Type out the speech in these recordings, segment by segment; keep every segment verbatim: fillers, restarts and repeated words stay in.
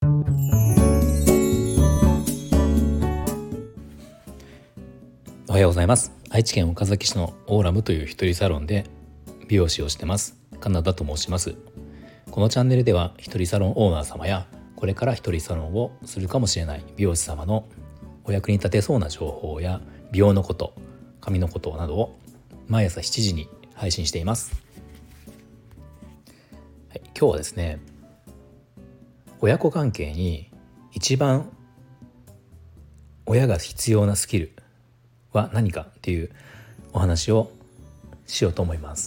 おはようございます。愛知県岡崎市のオーラムという一人サロンで美容師をしてますカナダと申します。このチャンネルでは一人サロンオーナー様やこれから一人サロンをするかもしれない美容師様のお役に立てそうな情報や美容のこと、髪のことなどを毎朝しちじに配信しています。はい、今日はですね、親子関係に一番親が必要なスキルは何かっていうお話をしようと思います。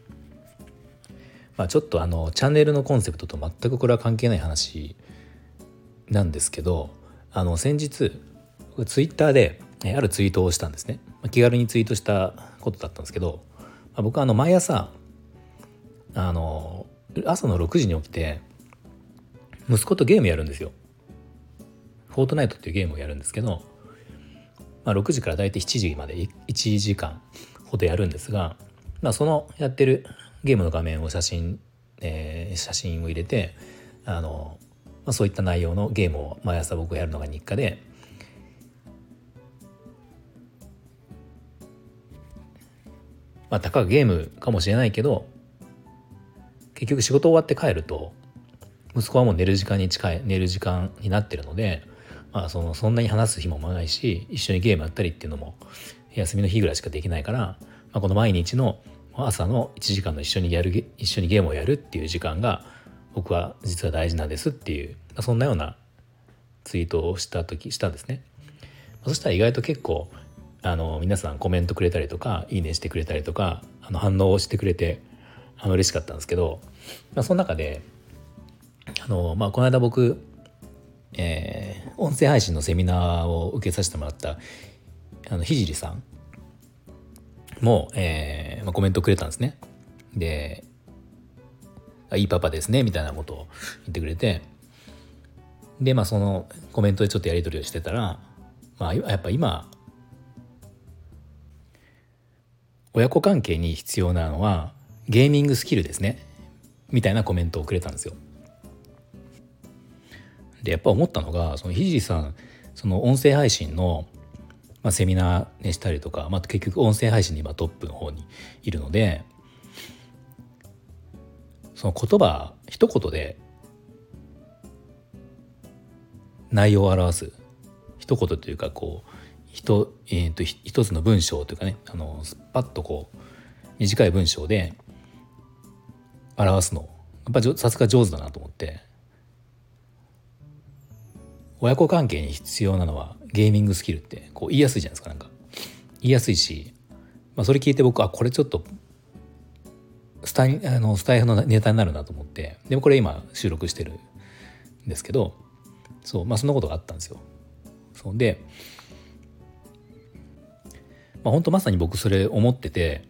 まあ、ちょっとあのチャンネルのコンセプトと全くこれは関係ない話なんですけど、あの先日ツイッターであるツイートをしたんですね。気軽にツイートしたことだったんですけど、僕はあの毎朝あの朝のろくじに起きて息子とゲームやるんですよ。フォートナイトっていうゲームをやるんですけど、まあ、ろくじからだいたいしちじまでいちじかんほどやるんですが、まあ、そのやってるゲームの画面を写真、えー、写真を入れてあの、まあ、そういった内容のゲームを毎朝僕がやるのが日課で、まあ、たかがゲームかもしれないけど結局仕事終わって帰ると息子はもう寝る時間に近い寝る時間になってるので、まあ、そのそんなに話す日もないし一緒にゲームやったりっていうのも休みの日ぐらいしかできないから、まあ、この毎日の朝のいちじかんの一緒にやる一緒にゲームをやるっていう時間が僕は実は大事なんですっていう、まあ、そんなようなツイートをした時したんですね。そしたら意外と結構あの皆さんコメントくれたりとかいいねしてくれたりとかあの反応をしてくれてあの嬉しかったんですけど、まあ、その中であの、まあ、この間僕、えー、音声配信のセミナーを受けさせてもらったあのひじりさんも、えーまあ、コメントくれたんですね。で、いいパパですねみたいなことを言ってくれて、でまあそのコメントでちょっとやり取りをしてたら、まあ、やっぱ今親子関係に必要なのはゲーミングスキルですねみたいなコメントをくれたんですよ。でやっぱ思ったのが、そのひじりさんその音声配信の、まあ、セミナーにしたりとか、まあ、結局音声配信に今トップの方にいるので、その言葉一言で内容を表す一言というかこう一、えー、と一つの文章というかね、あのパッとこう短い文章で表すのやっぱりさすが上手だなと思って、親子関係に必要なのはゲーミングスキルってこう言いやすいじゃないですか。なんか言いやすいし、まあ、それ聞いて僕はこれちょっとスタイ、あのスタイフのネタになるなと思って、でもこれ今収録してるんですけど、そうまあそんなことがあったんですよ。そうで、まあ、本当まさに僕それ思ってて、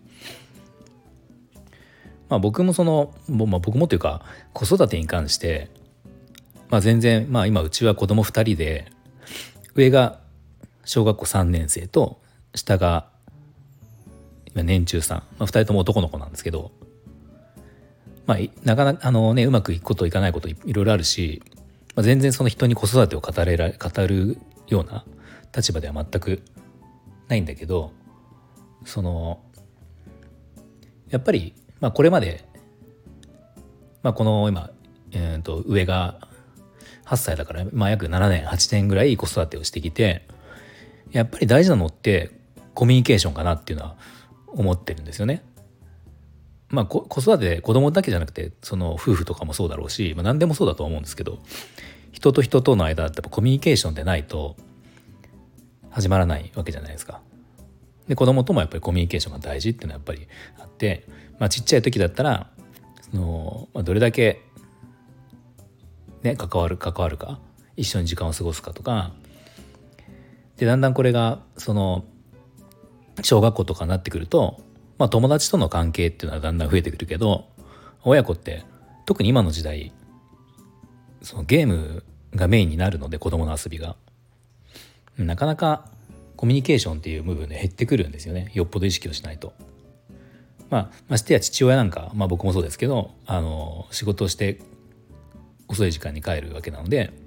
まあ、僕もその、まあ、僕もというか子育てに関して、まあ、全然、まあ、今うちは子供ふたりで上が小学校さんねん生と下が今年中さん、まあ、ふたりとも男の子なんですけど、まあ、なかなかあの、ね、うまくいくこといかないこといろいろあるし、まあ、全然その人に子育てを語れら語るような立場では全くないんだけど、そのやっぱり、まあ、これまで、まあ、この今、えー、と上がはっさいだから、まあ、約ななねんはちねんぐらい子育てをしてきて、やっぱり大事なのってコミュニケーションかなっていうのは思ってるんですよね。まあ、子育て子供だけじゃなくてその夫婦とかもそうだろうし、まあ、何でもそうだと思うんですけど、人と人との間だってやっぱコミュニケーションでないと始まらないわけじゃないですか。で子供ともやっぱりコミュニケーションが大事っていうのはやっぱりあって、まあ、ちっちゃい時だったらその、まあ、どれだけ、ね、関わる関わるか一緒に時間を過ごすかとかで、だんだんこれがその小学校とかになってくると、まあ、友達との関係っていうのはだんだん増えてくるけど、親子って特に今の時代そのゲームがメインになるので、子供の遊びがなかなかコミュニケーションっていう部分で減ってくるんですよね、よっぽど意識をしないと。まあ、ましてや父親なんか、まあ、僕もそうですけど、あの仕事をして遅い時間に帰るわけなので、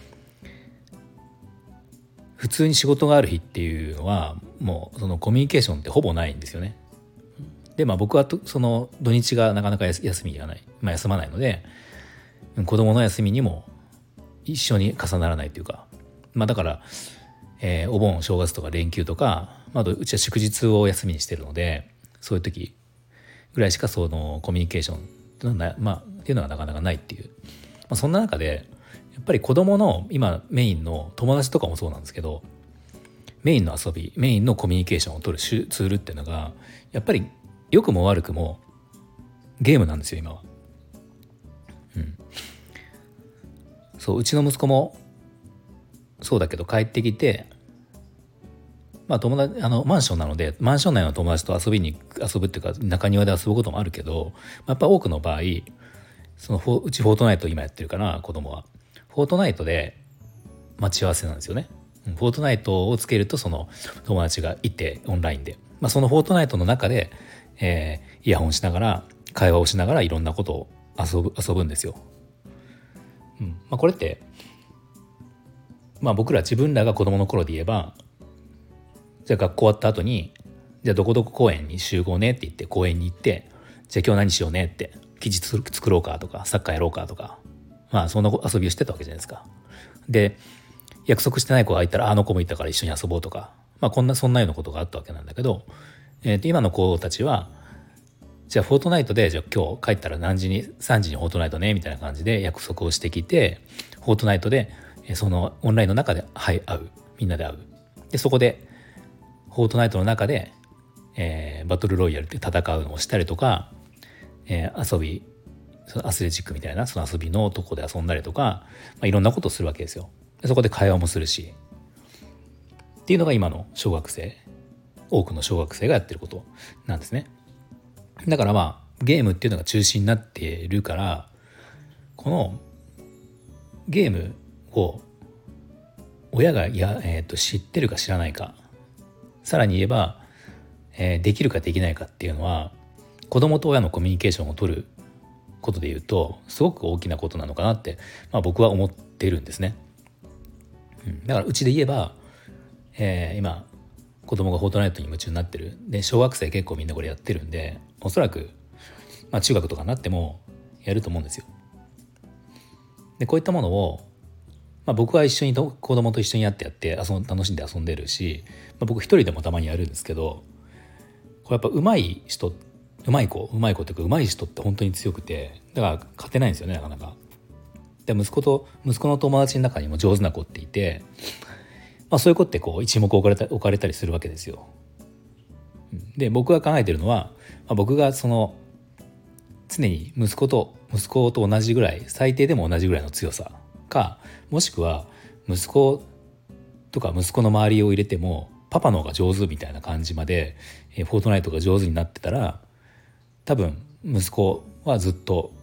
普通に仕事がある日っていうのはもうそのコミュニケーションってほぼないんですよね。でまあ僕はとその土日がなかなか休みがない、まあ、休まないので子供の休みにも一緒に重ならないというか、まあだから、えー、お盆正月とか連休とか、まあ、あとうちは祝日を休みにしてるのでそういう時ぐらいしかそのコミュニケーションっていうのは、まあ、っていうのがなかなかないっていう、まあ、そんな中でやっぱり子供の今メインの友達とかもそうなんですけど、メインの遊びメインのコミュニケーションを取るツールっていうのがやっぱり良くも悪くもゲームなんですよ今は。うん、そううちの息子もそうだけど帰ってきて、まあ友達あのマンションなのでマンション内の友達と遊びに遊ぶっていうか中庭で遊ぶこともあるけど、やっぱ多くの場合そのフォうちフォートナイト今やってるから子供はフォートナイトで待ち合わせなんですよね。フォートナイトをつけるとその友達がいてオンラインで、まあ、そのフォートナイトの中で、えー、イヤホンしながら会話をしながらいろんなことを遊ぶ遊ぶんですよ。うんまあ、これって、まあ、僕ら自分らが子供の頃で言えばじゃあ学校終わった後にじゃあどこどこ公園に集合ねって言って公園に行ってじゃあ今日何しようねって記事作ろうかとかサッカーやろうかとか、まあそんな遊びをしてたわけじゃないですか。で約束してない子がいたらあの子もいたから一緒に遊ぼうとか、まあこんなそんなようなことがあったわけなんだけど、えー、と今の子たちはじゃあフォートナイトでじゃあ今日帰ったら何時にさんじにフォートナイトねみたいな感じで約束をしてきてフォートナイトでそのオンラインの中で会うみんなで会うでそこでフォートナイトの中で、えー、バトルロイヤルって戦うのをしたりとか、えー、遊びそのアスレチックみたいなその遊びのとこで遊んだりとか、まあ、いろんなことをするわけですよ。でそこで会話もするしっていうのが今の小学生多くの小学生がやってることなんですね。だからまあゲームっていうのが中心になっているからこのゲームを親がや、えー、と知ってるか知らないかさらに言えば、えー、できるかできないかっていうのは子供と親のコミュニケーションを取ることで言うとすごく大きなことなのかなって、まあ、僕は思っているんですね。うん、だからうちで言えば、えー、今子供がフォートナイトに夢中になってるで小学生結構みんなこれやってるんでおそらく、まあ、中学とかになってもやると思うんですよ。でこういったものを、まあ、僕は一緒に子供と一緒にやってやって遊ん楽しんで遊んでるし、まあ、僕一人でもたまにやるんですけどこれやっぱ上手い人上手い子上手い子っていうか上手い人って本当に強くてだから勝てないんですよねなかなか。で息子と息子の友達の中にも上手な子っていて、まあ、そういう子ってこう一目置かれた置かれたりするわけですよ。で僕が考えてるのは、まあ、僕がその常に息子と息子と同じぐらい最低でも同じぐらいの強さかもしくは息子とか息子の周りを入れてもパパの方が上手みたいな感じまでフォートナイトが上手になってたら多分息子はずっと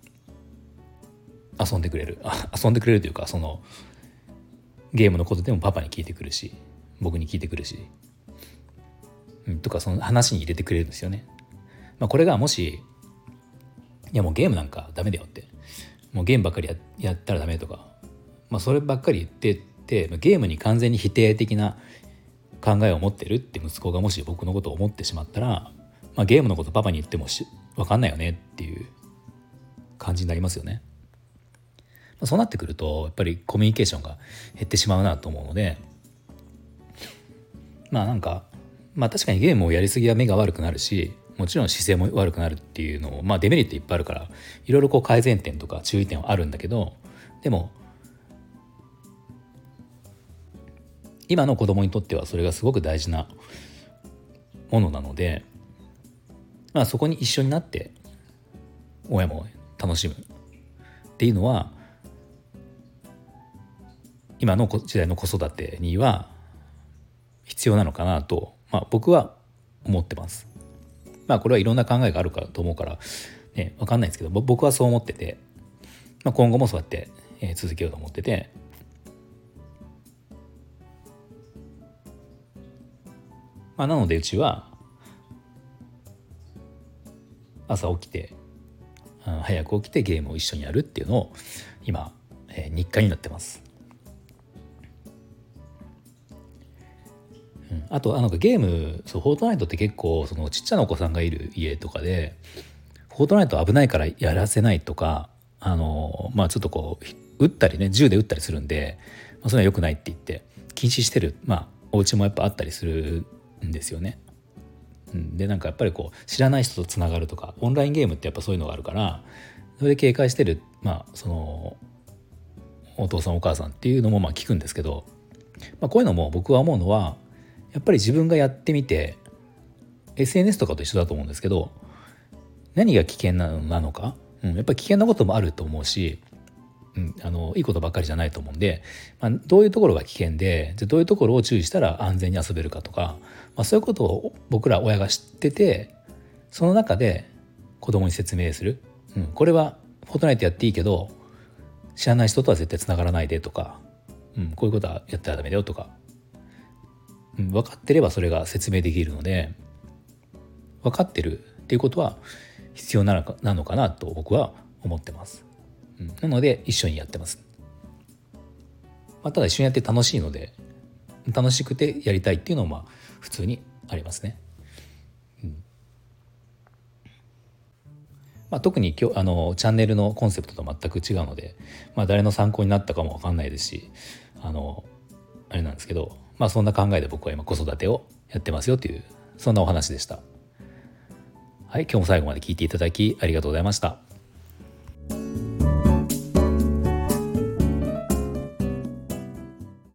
遊んでくれる遊んでくれるというかそのゲームのことでもパパに聞いてくるし僕に聞いてくるし、うん、とかその話に入れてくれるんですよね。まあ、これがもしいやもうゲームなんかダメだよってもうゲームばっかり や, やったらダメとか、まあ、そればっかり言ってってゲームに完全に否定的な考えを持ってるって息子がもし僕のことを思ってしまったら、まあ、ゲームのことパパに言ってもし分かんないよねっていう感じになりますよね。まあ、そうなってくるとやっぱりコミュニケーションが減ってしまうなと思うのでまあなんかまあ確かにゲームをやりすぎは目が悪くなるしもちろん姿勢も悪くなるっていうのを、まあ、デメリットいっぱいあるからいろいろこう改善点とか注意点はあるんだけどでも今の子供にとってはそれがすごく大事なものなので、まあ、そこに一緒になって親も楽しむっていうのは今の時代の子育てには必要なのかなと、まあ、僕は思ってます。まあこれはいろんな考えがあるかと思うから、ね、分かんないんですけど僕はそう思ってて、まあ、今後もそうやって、えー、続けようと思ってて、まあ、なのでうちは朝起きて、 うん、早く起きてゲームを一緒にやるっていうのを今、えー、日課になってます。うん、あとあのゲームそうフォートナイトって結構そのちっちゃなお子さんがいる家とかでフォートナイト危ないからやらせないとか、あのまあちょっとこう撃ったりね銃で撃ったりするんで、まあ、それは良くないって言って禁止してる、まあお家もやっぱあったりするんですよね。うん、でなんかやっぱりこう知らない人とつながるとかオンラインゲームってやっぱそういうのがあるからそれで警戒してる、まあそのお父さんお母さんっていうのもまあ聞くんですけど、まあ、こういうのも僕は思うのはやっぱり自分がやってみて エスエヌエス とかと一緒だと思うんですけど何が危険なのか、うん、やっぱり危険なこともあると思うし、うん、あのいいことばっかりじゃないと思うんで、まあ、どういうところが危険でじゃどういうところを注意したら安全に遊べるかとか、まあ、そういうことを僕ら親が知っててその中で子供に説明する、うん、これはフォートナイトやっていいけど知らない人とは絶対つながらないでとか、うん、こういうことはやったらダメだよとか、うん、分かってればそれが説明できるので分かってるっていうことは必要なのか、なのかなと僕は思ってます、うん、なので一緒にやってます、まあ、ただ一緒にやって楽しいので楽しくてやりたいっていうのもまあ普通にありますね、うんまあ、特に今日あのチャンネルのコンセプトと全く違うので、まあ、誰の参考になったかも分かんないですしあのあれなんですけど、まあ、そんな考えで僕は今子育てをやってますよというそんなお話でした。はい、今日も最後まで聞いていただきありがとうございました。